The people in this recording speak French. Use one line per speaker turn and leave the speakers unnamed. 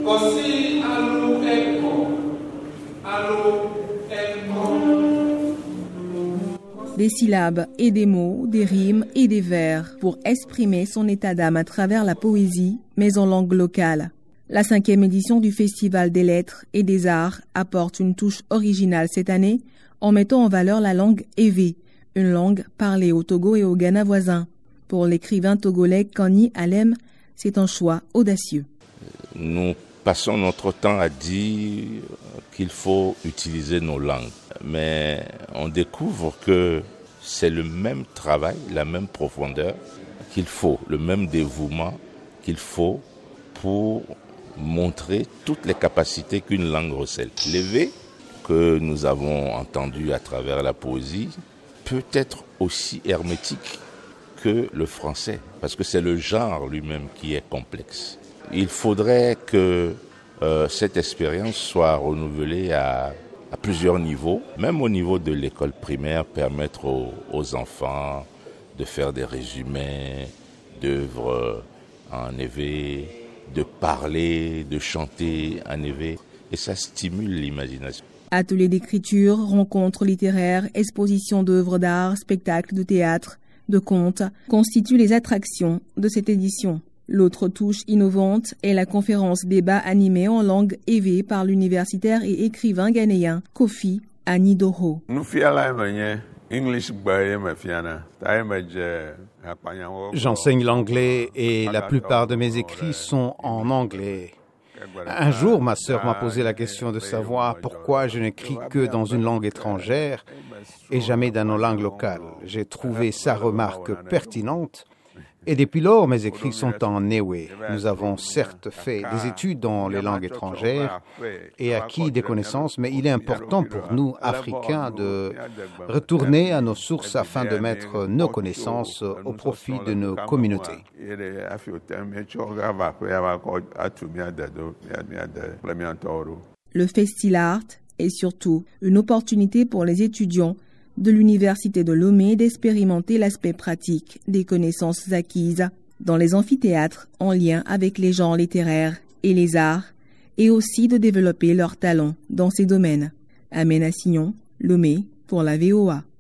Des syllabes et des mots, des rimes et des vers pour exprimer son état d'âme à travers la poésie, mais en langue locale. La 5e édition du Festival des Lettres et des Arts apporte une touche originale cette année en mettant en valeur la langue Ewe, une langue parlée au Togo et au Ghana voisins. Pour l'écrivain togolais Kani Alem, c'est un choix audacieux.
Nous passons notre temps à dire qu'il faut utiliser nos langues, mais on découvre que c'est le même travail, la même profondeur qu'il faut, le même dévouement qu'il faut pour montrer toutes les capacités qu'une langue recèle. L'Ewe que nous avons entendu à travers la poésie peut être aussi hermétique que le français, parce que c'est le genre lui-même qui est complexe. Il faudrait que cette expérience soit renouvelée à plusieurs niveaux, même au niveau de l'école primaire, permettre aux enfants de faire des résumés d'œuvres en Ewe, de parler, de chanter en Ewe, et ça stimule l'imagination.
Ateliers d'écriture, rencontres littéraires, expositions d'œuvres d'art, spectacles de théâtre, de contes constituent les attractions de cette édition. L'autre touche innovante est la conférence débat animée en langue Ewe par l'universitaire et écrivain ghanéen Kofi Anidoro.
J'enseigne l'anglais et la plupart de mes écrits sont en anglais. Un jour, ma sœur m'a posé la question de savoir pourquoi je n'écris que dans une langue étrangère et jamais dans nos langues locales. J'ai trouvé sa remarque pertinente et depuis lors, mes écrits sont en Ewe. Nous avons certes fait des études dans les langues étrangères et acquis des connaissances, mais il est important pour nous, Africains, de retourner à nos sources afin de mettre nos connaissances au profit de nos communautés.
Le Festillart est surtout une opportunité pour les étudiants de l'Université de Lomé d'expérimenter l'aspect pratique des connaissances acquises dans les amphithéâtres en lien avec les genres littéraires et les arts et aussi de développer leurs talents dans ces domaines. Amène Assignon, Lomé pour la VOA.